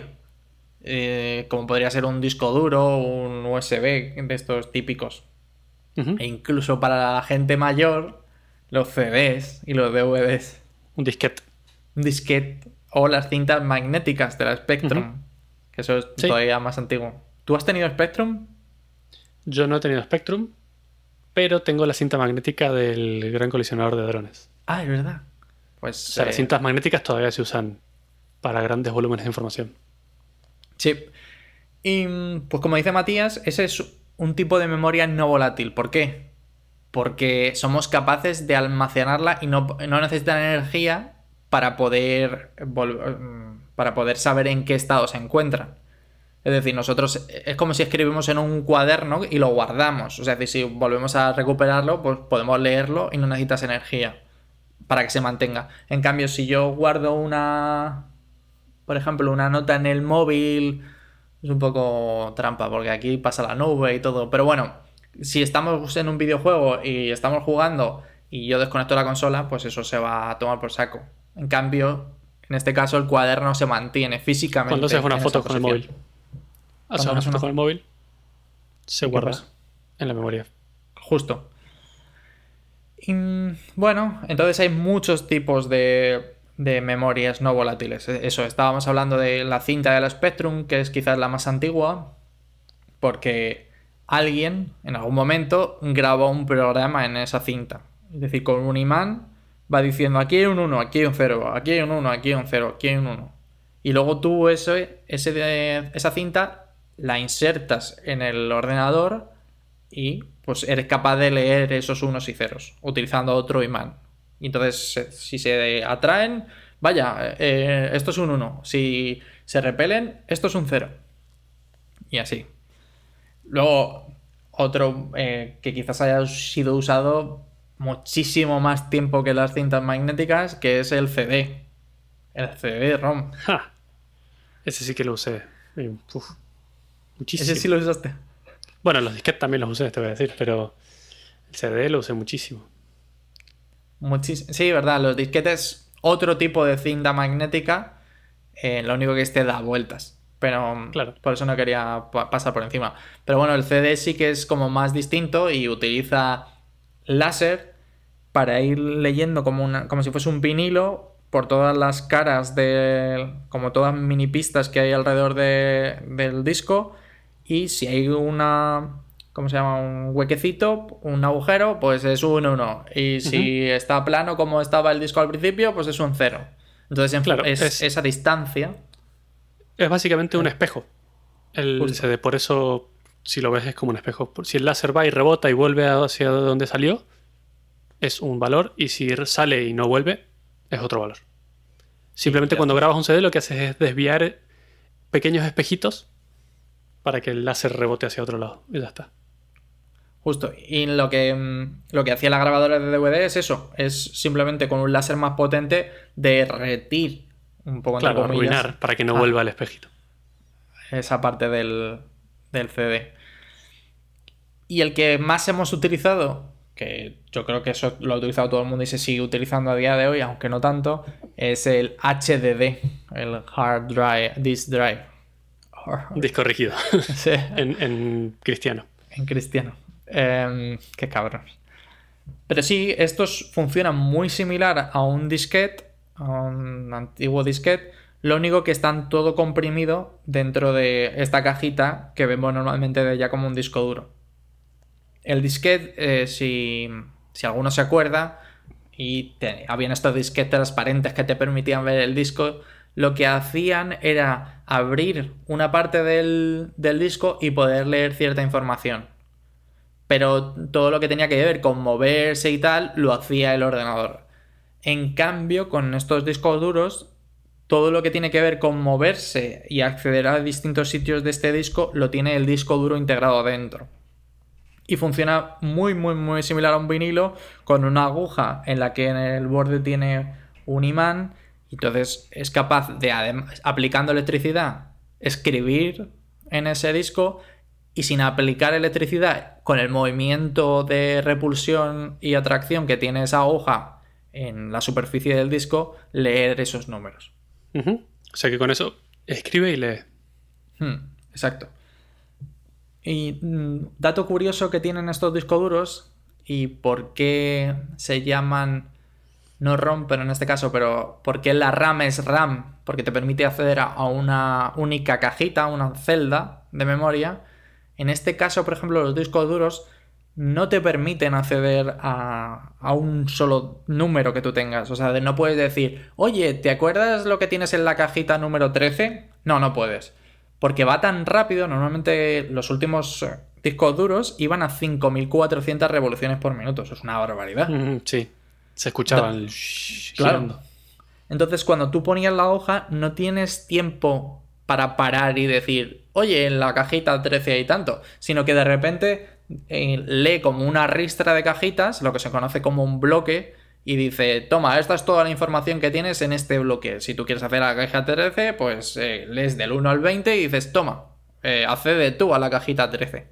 Como podría ser un disco duro, un USB de estos típicos. E incluso para la gente mayor, los CDs y los DVDs. Un disquete. Un disquete. O las cintas magnéticas de la Spectrum. Que eso es todavía más antiguo. ¿Tú has tenido Spectrum? Yo no he tenido Spectrum, pero tengo la cinta magnética del Gran Colisionador de Hadrones. Ah, es verdad. Pues, o sea, las cintas magnéticas todavía se usan para grandes volúmenes de información. Sí. Y pues como dice Matías, ese es un tipo de memoria no volátil. ¿Por qué? Porque somos capaces de almacenarla y no necesitan energía para poder saber en qué estado se encuentran. Es decir, nosotros es como si escribimos en un cuaderno y lo guardamos. O sea, si volvemos a recuperarlo, pues podemos leerlo y no necesitas energía para que se mantenga. En cambio, si yo guardo por ejemplo, una nota en el móvil, es un poco trampa porque aquí pasa la nube y todo. Pero bueno, si estamos en un videojuego y estamos jugando y yo desconecto la consola, pues eso se va a tomar por saco. En cambio, en este caso el cuaderno se mantiene físicamente. Cuando haces una foto con el móvil. Haces una foto con el móvil, se guarda en la memoria. Justo. Y, bueno, entonces hay muchos tipos de memorias no volátiles. Eso, estábamos hablando de la cinta de la Spectrum, que es quizás la más antigua, porque alguien en algún momento grabó un programa en esa cinta. Es decir, con un imán va diciendo aquí hay un 1, aquí hay un 0, aquí hay un 1, aquí hay un 0, aquí hay un 1. Y luego tú esa cinta la insertas en el ordenador y pues eres capaz de leer esos unos y ceros utilizando otro imán. Y entonces si se atraen, vaya, esto es un 1. Si se repelen, esto es un 0. Y así. Luego, otro que quizás haya sido usado muchísimo más tiempo que las cintas magnéticas, que es el CD. El CD-ROM. ¡Ja! Ese sí que lo usé. Uf, muchísimo. Ese sí lo usaste. Bueno, los disquetes también los usé, te voy a decir, pero el CD lo usé muchísimo. Sí, verdad, los disquetes, otro tipo de cinta magnética, lo único que este da vueltas. Pero Claro. por eso no quería pasar por encima. Pero bueno, el CD sí que es como más distinto y utiliza láser para ir leyendo como si fuese un vinilo por todas las caras como todas mini pistas que hay alrededor del disco. Y si hay ¿cómo se llama? Un huequecito, un agujero, pues es un 1. Y si está plano como estaba el disco al principio, pues es un 0. Entonces Claro, esa distancia. Es básicamente un espejo. El Justo. CD, por eso, si lo ves, es como un espejo. Si el láser va y rebota y vuelve hacia donde salió, es un valor. Y si sale y no vuelve, es otro valor. Simplemente cuando grabas un CD, lo que haces es desviar pequeños espejitos para que el láser rebote hacia otro lado. Y ya está. Justo. Y lo que hacía la grabadora de DVD es eso. Es simplemente con un láser más potente derretir un poco, entre Claro, comillas, arruinar para que no vuelva el espejito. esa parte del CD. Y el que más hemos utilizado, que yo creo que eso lo ha utilizado todo el mundo y se sigue utilizando a día de hoy, aunque no tanto, es el HDD, el Hard Drive, Disk Drive. Disco rígido. Sí. en cristiano. En cristiano. Qué cabrón. Pero sí, estos funcionan muy similar a un disquete, a un antiguo disquete. Lo único que están todo comprimido dentro de esta cajita que vemos normalmente de ya como un disco duro. El disquete, si alguno se acuerda, habían estos disquetes transparentes que te permitían ver el disco, lo que hacían era abrir una parte del disco y poder leer cierta información. Pero todo lo que tenía que ver con moverse y tal, lo hacía el ordenador. En cambio, con estos discos duros, todo lo que tiene que ver con moverse y acceder a distintos sitios de este disco, lo tiene el disco duro integrado dentro. Y funciona muy, muy, muy similar a un vinilo, con una aguja en la que en el borde tiene un imán. Entonces es capaz de, aplicando electricidad, escribir en ese disco, y sin aplicar electricidad, con el movimiento de repulsión y atracción que tiene esa aguja en la superficie del disco, leer esos números. O sea que con eso escribe y lee. Exacto. Y dato curioso que tienen estos discos duros y por qué se llaman, no ROM, pero en este caso, pero por qué la RAM es RAM, porque te permite acceder a una única cajita, una celda de memoria. En este caso, por ejemplo, los discos duros no te permiten acceder a un solo número que tú tengas. O sea, no puedes decir, oye, ¿te acuerdas lo que tienes en la cajita número 13? No puedes. Porque va tan rápido, normalmente los últimos discos duros iban a 5.400 revoluciones por minuto. Eso es una barbaridad. Sí, se escuchaba el claro. girando. Entonces, cuando tú ponías la hoja, no tienes tiempo para parar y decir, oye, en la cajita 13 hay tanto, sino que de repente lee como una ristra de cajitas, lo que se conoce como un bloque, y dice, toma, esta es toda la información que tienes en este bloque. Si tú quieres hacer la caja 13, pues lees del 1 al 20 y dices, toma, accede tú a la cajita 13.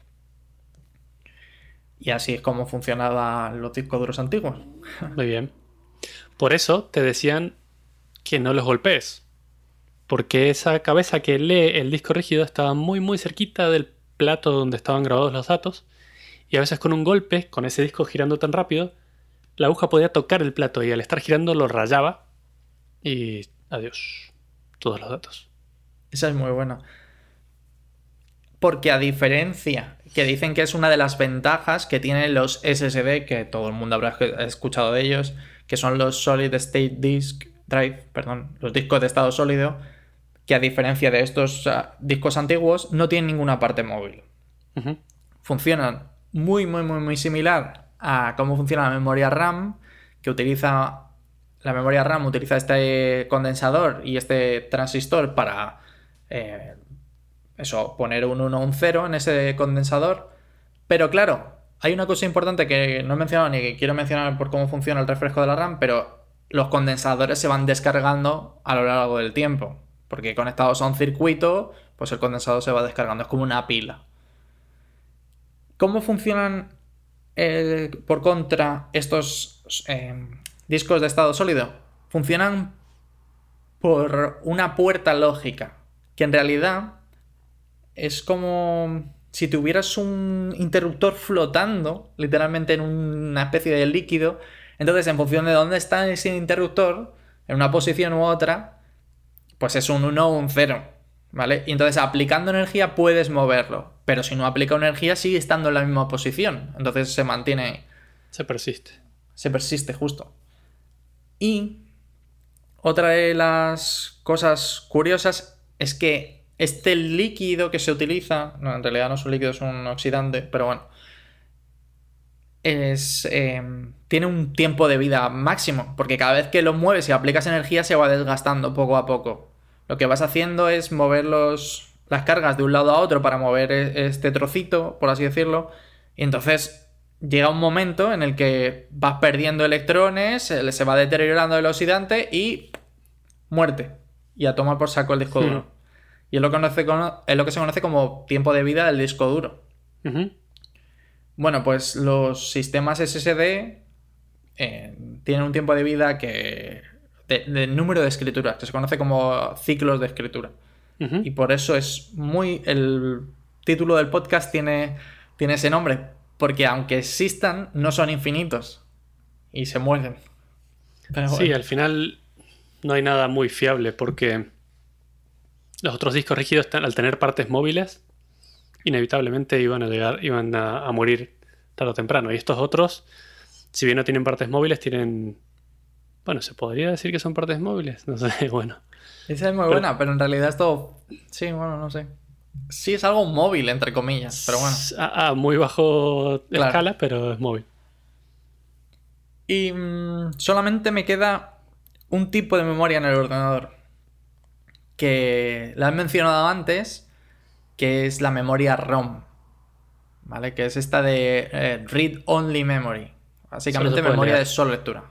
Y así es como funcionaban los discos duros antiguos. Muy bien. Por eso te decían que no los golpees. Porque esa cabeza que lee el disco rígido estaba muy muy cerquita del plato donde estaban grabados los datos. Y a veces con un golpe, con ese disco girando tan rápido, la aguja podía tocar el plato y al estar girando lo rayaba. Y adiós. Todos los datos. Esa es muy buena. Porque a diferencia, que dicen que es una de las ventajas que tienen los SSD, que todo el mundo habrá escuchado de ellos, que son los Solid State Disk Drive, los discos de estado sólido, que a diferencia de estos discos antiguos, no tienen ninguna parte móvil. Funcionan muy, muy, muy, muy similar a cómo funciona la memoria RAM, que utiliza... La memoria RAM utiliza este condensador y este transistor para... poner un 1 o un 0 en ese condensador. Pero claro, hay una cosa importante que no he mencionado ni que quiero mencionar por cómo funciona el refresco de la RAM, pero los condensadores se van descargando a lo largo del tiempo. Porque conectados a un circuito, pues el condensador se va descargando. Es como una pila. ¿Cómo funcionan, por contra, estos discos de estado sólido? Funcionan por una puerta lógica, que en realidad es como si tuvieras un interruptor flotando, literalmente en una especie de líquido. Entonces, en función de dónde está ese interruptor, en una posición u otra, pues es un 1 o un 0, ¿vale? Y entonces, aplicando energía puedes moverlo, pero si no aplica energía sigue estando en la misma posición. Entonces se mantiene... Se persiste. Se persiste, justo. Y otra de las cosas curiosas es que este líquido que se utiliza, no, en realidad no es un líquido, es un oxidante, pero bueno, tiene un tiempo de vida máximo, porque cada vez que lo mueves y aplicas energía se va desgastando poco a poco. Lo que vas haciendo es mover las cargas de un lado a otro para mover este trocito, por así decirlo, y entonces llega un momento en el que vas perdiendo electrones, se va deteriorando el oxidante y muerte. Y a tomar por saco el disco duro. Y es lo que se conoce como tiempo de vida del disco duro. Bueno, pues los sistemas SSD tienen un tiempo de vida de número de escrituras, que se conoce como ciclos de escritura. Y por eso el título del podcast tiene ese nombre, porque aunque existan, no son infinitos y se mueren. Pero sí, bueno. Al final no hay nada muy fiable, porque los otros discos rígidos, al tener partes móviles, inevitablemente iban a morir tarde o temprano. Y estos otros, si bien no tienen partes móviles, tienen... Bueno, ¿se podría decir que son partes móviles? No sé, bueno. Esa es muy buena, pero en realidad es todo... Sí, bueno, no sé. Sí, es algo móvil, entre comillas, pero bueno. A muy bajo Claro. escala, pero es móvil. Y solamente me queda un tipo de memoria en el ordenador, que la he mencionado antes, que es la memoria ROM, ¿vale? Que es esta de Read Only Memory. Básicamente Solo se puede memoria leer. de solo lectura.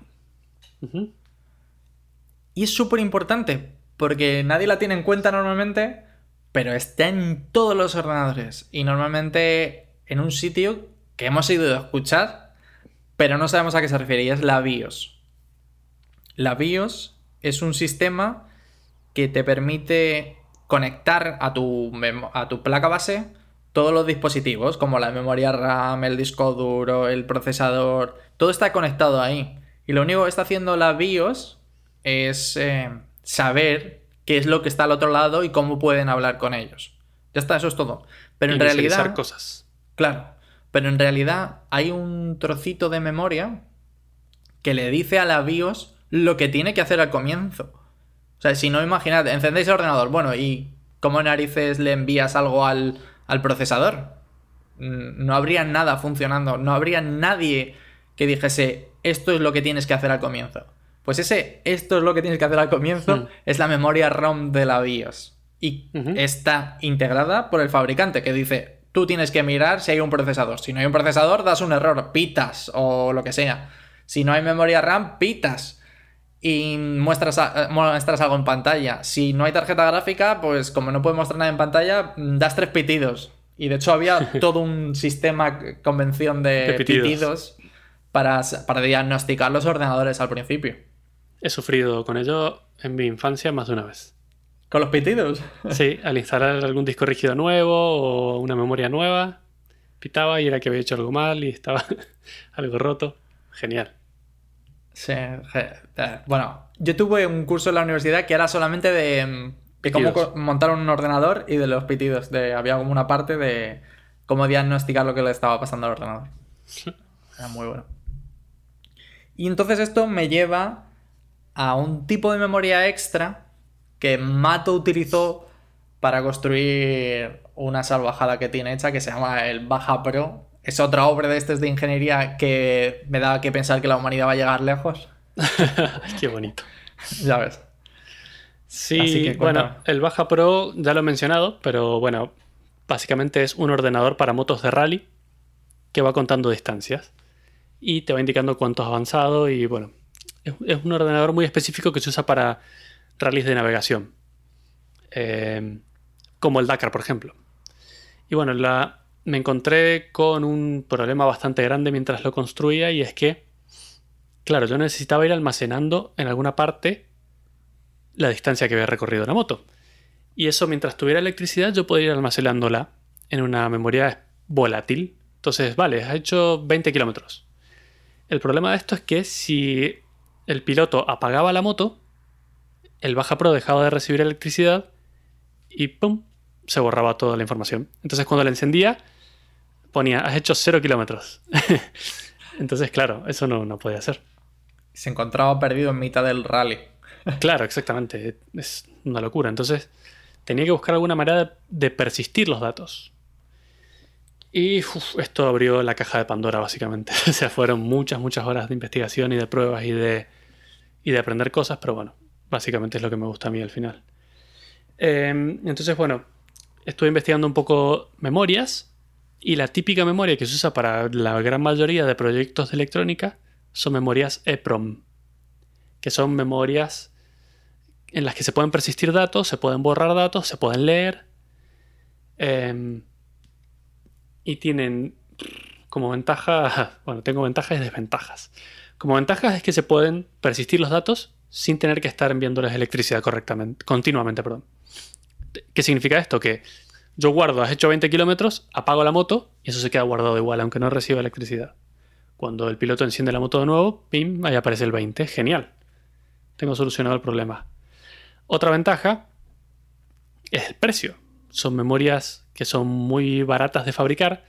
Y es súper importante, porque nadie la tiene en cuenta normalmente, pero está en todos los ordenadores. Y normalmente en un sitio que hemos ido a escuchar, pero no sabemos a qué se refiere, y es la BIOS. La BIOS es un sistema que te permite conectar a tu placa base todos los dispositivos, como la memoria RAM, el disco duro, el procesador, todo está conectado ahí. Y lo único que está haciendo la BIOS es saber qué es lo que está al otro lado y cómo pueden hablar con ellos. Ya está, eso es todo. Pero en Inicializar realidad... cosas. Claro, pero en realidad hay un trocito de memoria que le dice a la BIOS lo que tiene que hacer al comienzo. O sea, si no, imaginad, encendéis el ordenador, bueno, ¿y cómo narices le envías algo al procesador? No habría nada funcionando, no habría nadie que dijese, esto es lo que tienes que hacer al comienzo. Pues esto es lo que tienes que hacer al comienzo, es la memoria ROM de la BIOS. Y está integrada por el fabricante, que dice, tú tienes que mirar si hay un procesador. Si no hay un procesador, das un error, pitas o lo que sea. Si no hay memoria RAM, pitas y muestras algo en pantalla. Si no hay tarjeta gráfica, pues como no puedes mostrar nada en pantalla, das 3 pitidos. Y de hecho había todo un sistema, convención de pitidos para diagnosticar los ordenadores al principio. He sufrido con ello en mi infancia más de una vez. ¿Con los pitidos? Sí, al instalar algún disco rígido nuevo o una memoria nueva, pitaba y era que había hecho algo mal y estaba algo roto. Genial. Sí, bueno, yo tuve un curso en la universidad que era solamente de cómo montar un ordenador y de los pitidos. Había como una parte de cómo diagnosticar lo que le estaba pasando al ordenador. Era muy bueno. Y entonces esto me lleva a un tipo de memoria extra que Mato utilizó para construir una salvajada que tiene hecha que se llama el Baja Pro. Es otra obra de de ingeniería que me da que pensar que la humanidad va a llegar lejos. Qué bonito. Ya ves. Sí, bueno, el Baja Pro ya lo he mencionado, pero bueno, básicamente es un ordenador para motos de rally que va contando distancias y te va indicando cuánto has avanzado y bueno, es un ordenador muy específico que se usa para rallies de navegación, como el Dakar, por ejemplo. Y bueno, me encontré con un problema bastante grande mientras lo construía y es que, claro, yo necesitaba ir almacenando en alguna parte la distancia que había recorrido la moto. Y eso, mientras tuviera electricidad, yo podía ir almacenándola en una memoria volátil. Entonces, vale, has hecho 20 kilómetros. El problema de esto es que si el piloto apagaba la moto, el Baja Pro dejaba de recibir electricidad y ¡pum!, se borraba toda la información. Entonces, cuando la encendía, ponía, has hecho 0 kilómetros. Entonces, claro, eso no podía ser. Se encontraba perdido en mitad del rally. Claro, exactamente. Es una locura. Entonces, tenía que buscar alguna manera de persistir los datos. Y esto abrió la caja de Pandora, básicamente. O sea, fueron muchas horas de investigación y de pruebas y de aprender cosas, pero bueno, básicamente es lo que me gusta a mí al final. Entonces, bueno, estuve investigando un poco memorias y la típica memoria que se usa para la gran mayoría de proyectos de electrónica son memorias EEPROM, que son memorias en las que se pueden persistir datos, se pueden borrar datos, se pueden leer. Y tienen como ventaja, bueno, tengo ventajas y desventajas. Como ventajas es que se pueden persistir los datos sin tener que estar enviándoles electricidad continuamente. ¿Qué significa esto? Que yo guardo, has hecho 20 kilómetros, apago la moto y eso se queda guardado igual, aunque no reciba electricidad. Cuando el piloto enciende la moto de nuevo, ¡pim!, ahí aparece el 20. Genial. Tengo solucionado el problema. Otra ventaja es el precio. Son memorias que son muy baratas de fabricar.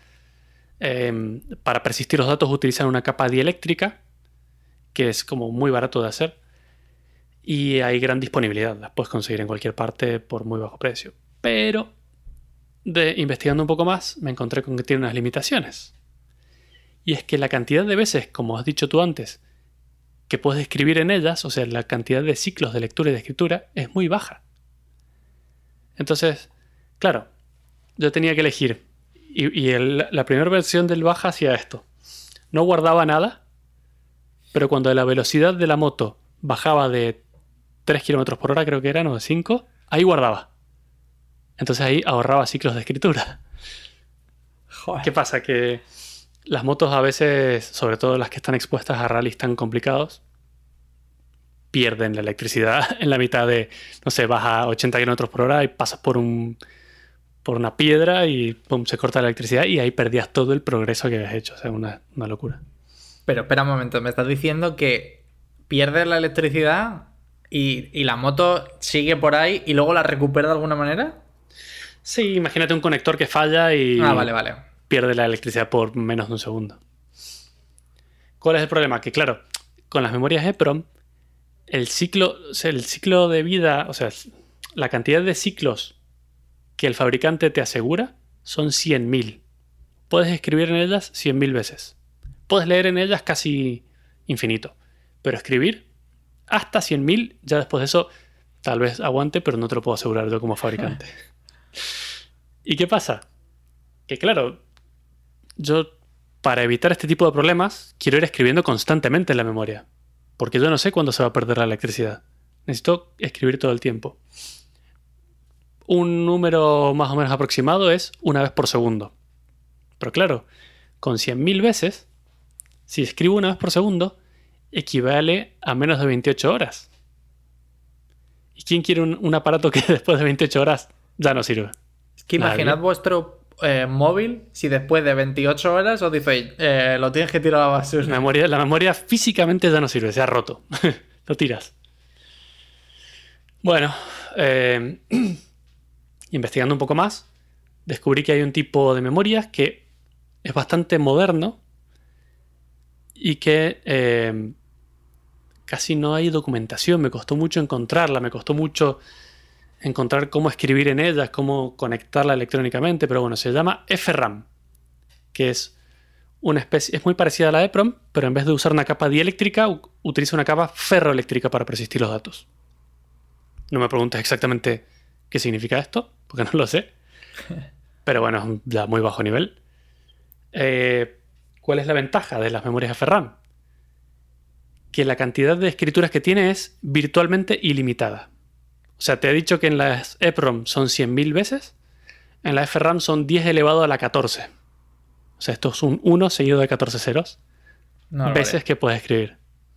Para persistir los datos utilizan una capa dieléctrica, que es como muy barato de hacer. Y hay gran disponibilidad. Las puedes conseguir en cualquier parte por muy bajo precio. Pero, investigando un poco más, me encontré con que tiene unas limitaciones. Y es que la cantidad de veces, como has dicho tú antes, que puedes escribir en ellas, o sea, la cantidad de ciclos de lectura y de escritura, es muy baja. Entonces, claro, yo tenía que elegir. Y la primera versión del Baja hacía esto. No guardaba nada, pero cuando la velocidad de la moto bajaba de 3 km por hora, creo que eran, o de 5, ahí guardaba. Entonces ahí ahorraba ciclos de escritura. Joder. ¿Qué pasa? Que las motos a veces, sobre todo las que están expuestas a rallies tan complicados, pierden la electricidad en la mitad de, no sé, vas a 80 km por hora y pasas por una piedra y pum, se corta la electricidad y ahí perdías todo el progreso que habías hecho. O sea, una locura. Pero espera un momento, me estás diciendo que pierdes la electricidad y la moto sigue por ahí y luego la recupera de alguna manera. Sí, imagínate un conector que falla y Vale. pierde la electricidad por menos de un segundo. ¿Cuál es el problema? Que claro, con las memorias EEPROM, el ciclo de vida, o sea, la cantidad de ciclos que el fabricante te asegura son 100.000. Puedes escribir en ellas 100.000 veces. Puedes leer en ellas casi infinito. Pero escribir hasta 100.000, ya después de eso, tal vez aguante, pero no te lo puedo asegurar yo como fabricante. ¿Y qué pasa? Que claro, yo para evitar este tipo de problemas quiero ir escribiendo constantemente en la memoria. Porque yo no sé cuándo se va a perder la electricidad. Necesito escribir todo el tiempo. Un número más o menos aproximado es una vez por segundo. Pero claro, con 100.000 veces, si escribo una vez por segundo, equivale a menos de 28 horas. ¿Y quién quiere un aparato que después de 28 horas ya no sirve? Es que imaginad vuestro móvil si después de 28 horas os dice lo tienes que tirar a la basura. La memoria físicamente ya no sirve, se ha roto. Lo tiras. Bueno, investigando un poco más, descubrí que hay un tipo de memorias que es bastante moderno y que casi no hay documentación. Me costó mucho encontrarla, me costó mucho encontrar cómo escribir en ellas, cómo conectarla electrónicamente, pero bueno, se llama FRAM, que es una especie, es muy parecida a la EEPROM, pero en vez de usar una capa dieléctrica, utiliza una capa ferroeléctrica para persistir los datos. No me preguntes exactamente qué significa esto, porque no lo sé. Pero bueno, ya muy bajo nivel. ¿Cuál es la ventaja de las memorias FRAM? Que la cantidad de escrituras que tiene es virtualmente ilimitada. O sea, te he dicho que en las EPROM son 100.000 veces, en la FRAM son 10 elevado a la 14. O sea, esto es un 1 seguido de 14 ceros. No, Veces vale. que puedes escribir.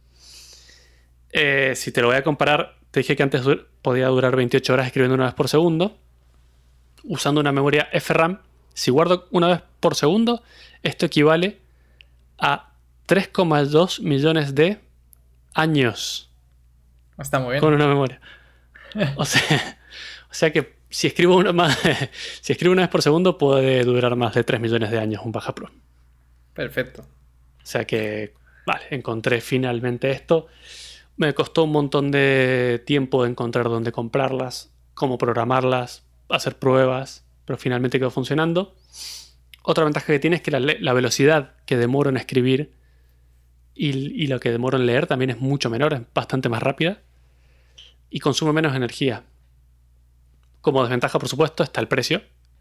Si te lo voy a comparar, te dije que antes podía durar 28 horas escribiendo una vez por segundo. Usando una memoria FRAM, si guardo una vez por segundo, esto equivale a 3,2 millones de años Está muy bien. con una memoria. O sea que si escribo si escribo una vez por segundo, puede durar más de 3 millones de años un Bajapro. Perfecto. O sea que, vale, encontré finalmente esto. Me costó un montón de tiempo encontrar dónde comprarlas, cómo programarlas, hacer pruebas, pero finalmente quedó funcionando. Otra ventaja que tiene es que la velocidad que demoro en escribir y lo que demoro en leer también es mucho menor, es bastante más rápida y consume menos energía. Como desventaja, por supuesto, está el precio.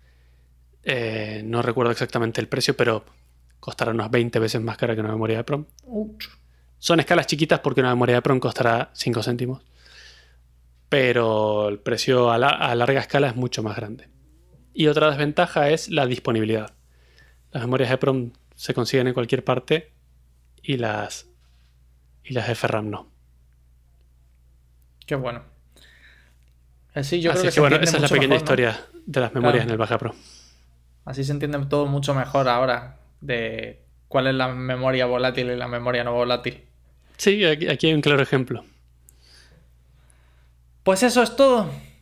No recuerdo exactamente el precio, pero costará unas 20 veces más cara que una memoria de PROM. Son escalas chiquitas porque una memoria de PROM costará 5 céntimos. Pero el precio a larga escala es mucho más grande. Y otra desventaja es la disponibilidad. Las memorias EPROM se consiguen en cualquier parte y las FRAM no. Qué bueno. Así yo Así creo es que que bueno, entiende esa es la mucho pequeña mejor, ¿no? historia de las memorias Claro. en el Bajapro. Así se entiende todo mucho mejor ahora de cuál es la memoria volátil y la memoria no volátil. Sí, aquí hay un claro ejemplo. Pues eso es todo.